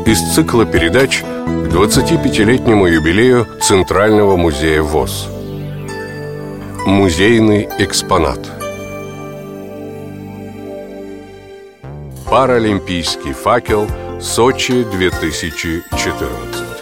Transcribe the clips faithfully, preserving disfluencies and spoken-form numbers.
из цикла передач к двадцатипятилетнему юбилею Центрального музея ВОС. Музейный экспонат. Паралимпийский факел Сочи две тысячи четырнадцать.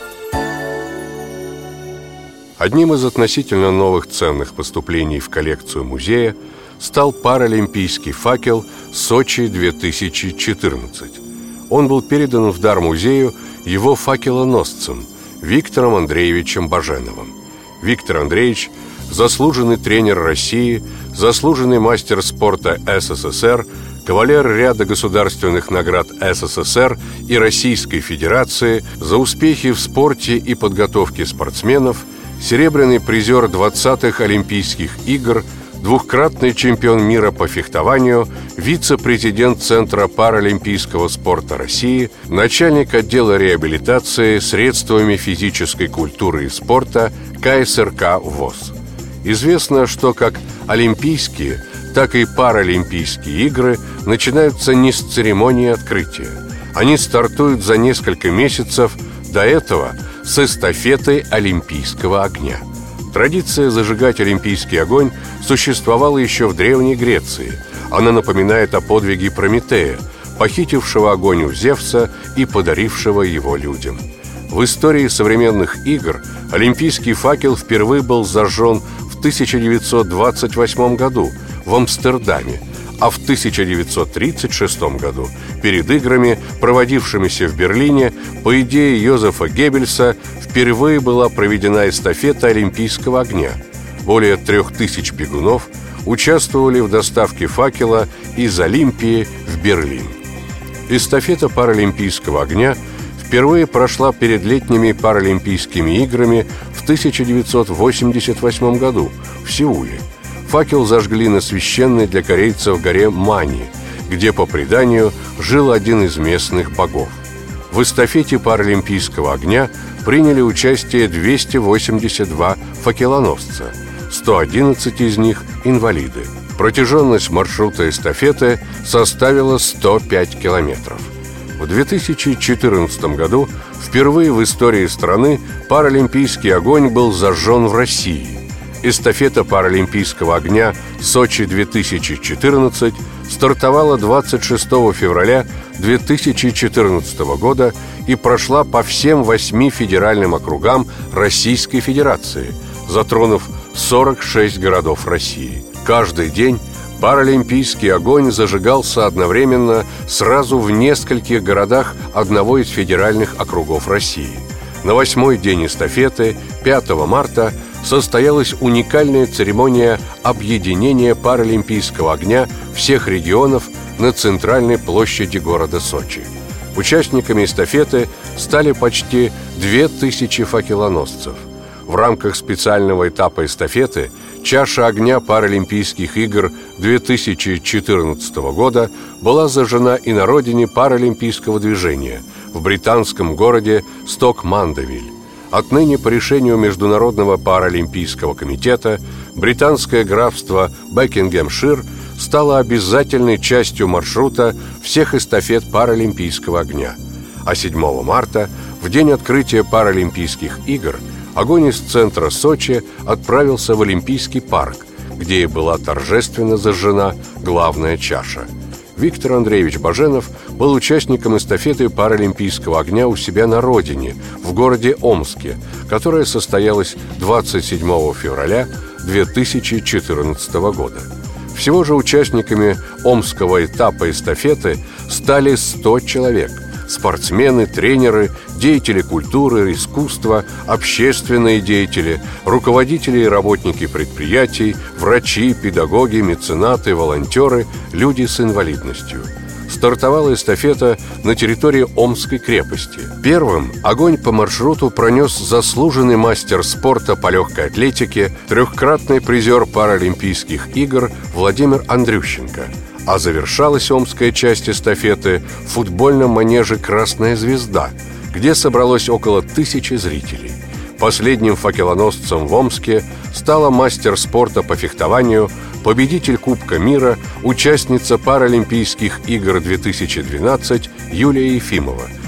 Одним из относительно новых ценных поступлений в коллекцию музея стал паралимпийский факел Сочи две тысячи четырнадцать. Он был передан в дар музею его факелоносцем Виктором Андреевичем Баженовым. Виктор Андреевич – заслуженный тренер России, заслуженный мастер спорта СССР, кавалер ряда государственных наград СССР и Российской Федерации за успехи в спорте и подготовке спортсменов, серебряный призер двадцатых Олимпийских игр, двукратный чемпион мира по фехтованию, вице-президент Центра паралимпийского спорта России, начальник отдела реабилитации средствами физической культуры и спорта ка эс эр ка ВОС. Известно, что как олимпийские, так и паралимпийские игры начинаются не с церемонии открытия. Они стартуют за несколько месяцев до этого с эстафеты олимпийского огня. Традиция зажигать олимпийский огонь существовала еще в Древней Греции. Она напоминает о подвиге Прометея, похитившего огонь у Зевса и подарившего его людям. В истории современных игр олимпийский факел впервые был зажжен в тысяча девятьсот двадцать восьмом году в Амстердаме, а в тысяча девятьсот тридцать шестом году перед играми, проводившимися в Берлине, по идее Йозефа Геббельса, впервые была проведена эстафета олимпийского огня. Более трех тысяч бегунов участвовали в доставке факела из Олимпии в Берлин. Эстафета паралимпийского огня впервые прошла перед летними паралимпийскими играми в тысяча девятьсот восемьдесят восьмом году в Сеуле. Факел зажгли на священной для корейцев горе Мани, где, по преданию, жил один из местных богов. В эстафете паралимпийского огня приняли участие двести восемьдесят два факелоносца, сто одиннадцать из них – инвалиды. Протяженность маршрута эстафеты составила сто пять километров. В две тысячи четырнадцатом году впервые в истории страны паралимпийский огонь был зажжен в России. Эстафета паралимпийского огня Сочи две тысячи четырнадцать стартовала двадцать шестого февраля две тысячи четырнадцатого года и прошла по всем восьми федеральным округам Российской Федерации, затронув сорок шесть городов России. Каждый день паралимпийский огонь зажигался одновременно сразу в нескольких городах одного из федеральных округов России. На восьмой день эстафеты, пятого марта, состоялась уникальная церемония объединения паралимпийского огня всех регионов на центральной площади города Сочи. Участниками эстафеты стали почти две тысячи факелоносцев. В рамках специального этапа эстафеты чаша огня Паралимпийских игр две тысячи четырнадцатого года была зажжена и на родине паралимпийского движения в британском городе Сток-Мандевиль. Отныне по решению Международного паралимпийского комитета британское графство Бекингемшир стало обязательной частью маршрута всех эстафет паралимпийского огня. А седьмого марта, в день открытия Паралимпийских игр, огонь из центра Сочи отправился в Олимпийский парк, где и была торжественно зажжена главная чаша. Виктор Андреевич Баженов был участником эстафеты паралимпийского огня у себя на родине, в городе Омске, которая состоялась двадцать седьмого февраля две тысячи четырнадцатого года. Всего же участниками омского этапа эстафеты стали сто человек – спортсмены, тренеры, деятели культуры, искусства, общественные деятели, руководители и работники предприятий, врачи, педагоги, меценаты, волонтеры, люди с инвалидностью. Стартовала эстафета на территории Омской крепости. Первым огонь по маршруту пронес заслуженный мастер спорта по легкой атлетике, трехкратный призер Паралимпийских игр Владимир Андрющенко. А завершалась омская часть эстафеты в футбольном манеже «Красная звезда», где собралось около тысячи зрителей. Последним факелоносцем в Омске стала мастер спорта по фехтованию, победитель Кубка мира, участница Паралимпийских игр две тысячи двенадцать Юлия Ефимова,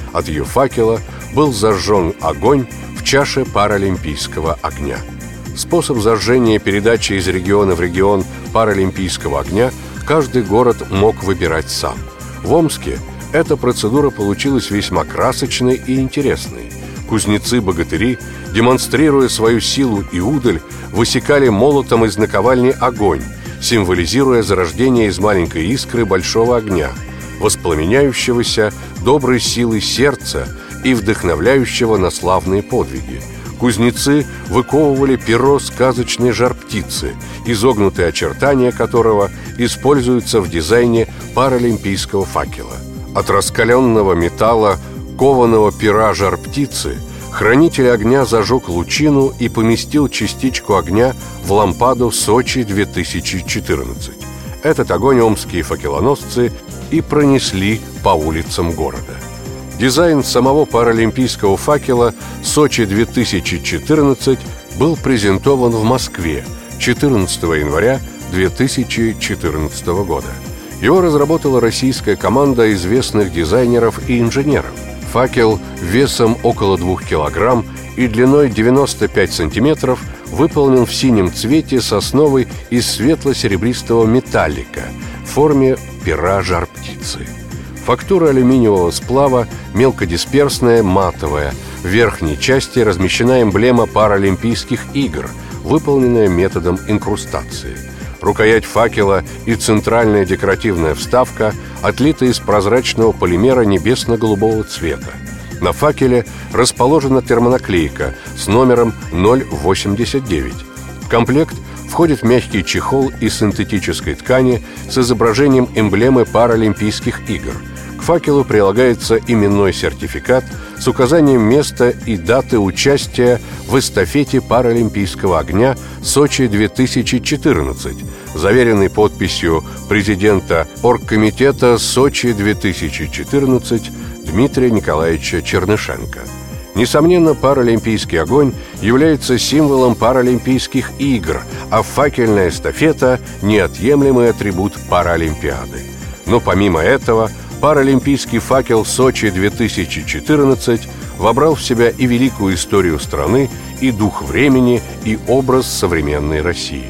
от ее факела был зажжен огонь в чаше паралимпийского огня. Способ зажжения и передачи из региона в регион паралимпийского огня каждый город мог выбирать сам. В Омске эта процедура получилась весьма красочной и интересной. Кузнецы-богатыри, демонстрируя свою силу и удаль, высекали молотом из наковальни огонь, символизируя зарождение из маленькой искры большого огня, воспламеняющегося доброй силой сердца и вдохновляющего на славные подвиги. Кузнецы выковывали перо сказочной жар-птицы, изогнутые очертания которого используются в дизайне паралимпийского факела. От раскаленного металла кованого пера жар-птицы хранитель огня зажег лучину и поместил частичку огня в лампаду Сочи две тысячи четырнадцать. Этот огонь омские факелоносцы и пронесли по улицам города. Дизайн самого паралимпийского факела Сочи две тысячи четырнадцать был презентован в Москве четырнадцатого января две тысячи четырнадцатого года. Его разработала российская команда известных дизайнеров и инженеров. Факел весом около двух килограмм и длиной девяносто пять сантиметров выполнен в синем цвете с основой из светло-серебристого металлика в форме пера жар-птицы. Фактура алюминиевого сплава мелкодисперсная, матовая. В верхней части размещена эмблема Паралимпийских игр, выполненная методом инкрустации. Рукоять факела и центральная декоративная вставка отлиты из прозрачного полимера небесно-голубого цвета. На факеле расположена термонаклейка с номером ноль восемьдесят девять. В комплект входит мягкий чехол из синтетической ткани с изображением эмблемы Паралимпийских игр. К факелу прилагается именной сертификат с указанием места и даты участия в эстафете Паралимпийского огня Сочи две тысячи четырнадцать, заверенный подписью президента Оргкомитета Сочи две тысячи четырнадцать Дмитрия Николаевича Чернышенко. Несомненно, паралимпийский огонь является символом Паралимпийских игр, а факельная эстафета – неотъемлемый атрибут Паралимпиады. Но помимо этого, паралимпийский факел Сочи две тысячи четырнадцать вобрал в себя и великую историю страны, и дух времени, и образ современной России.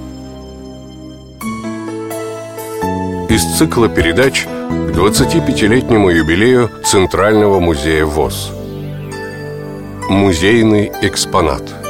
Из цикла передач к двадцатипятилетнему юбилею Центрального музея ВОС. Музейный экспонат.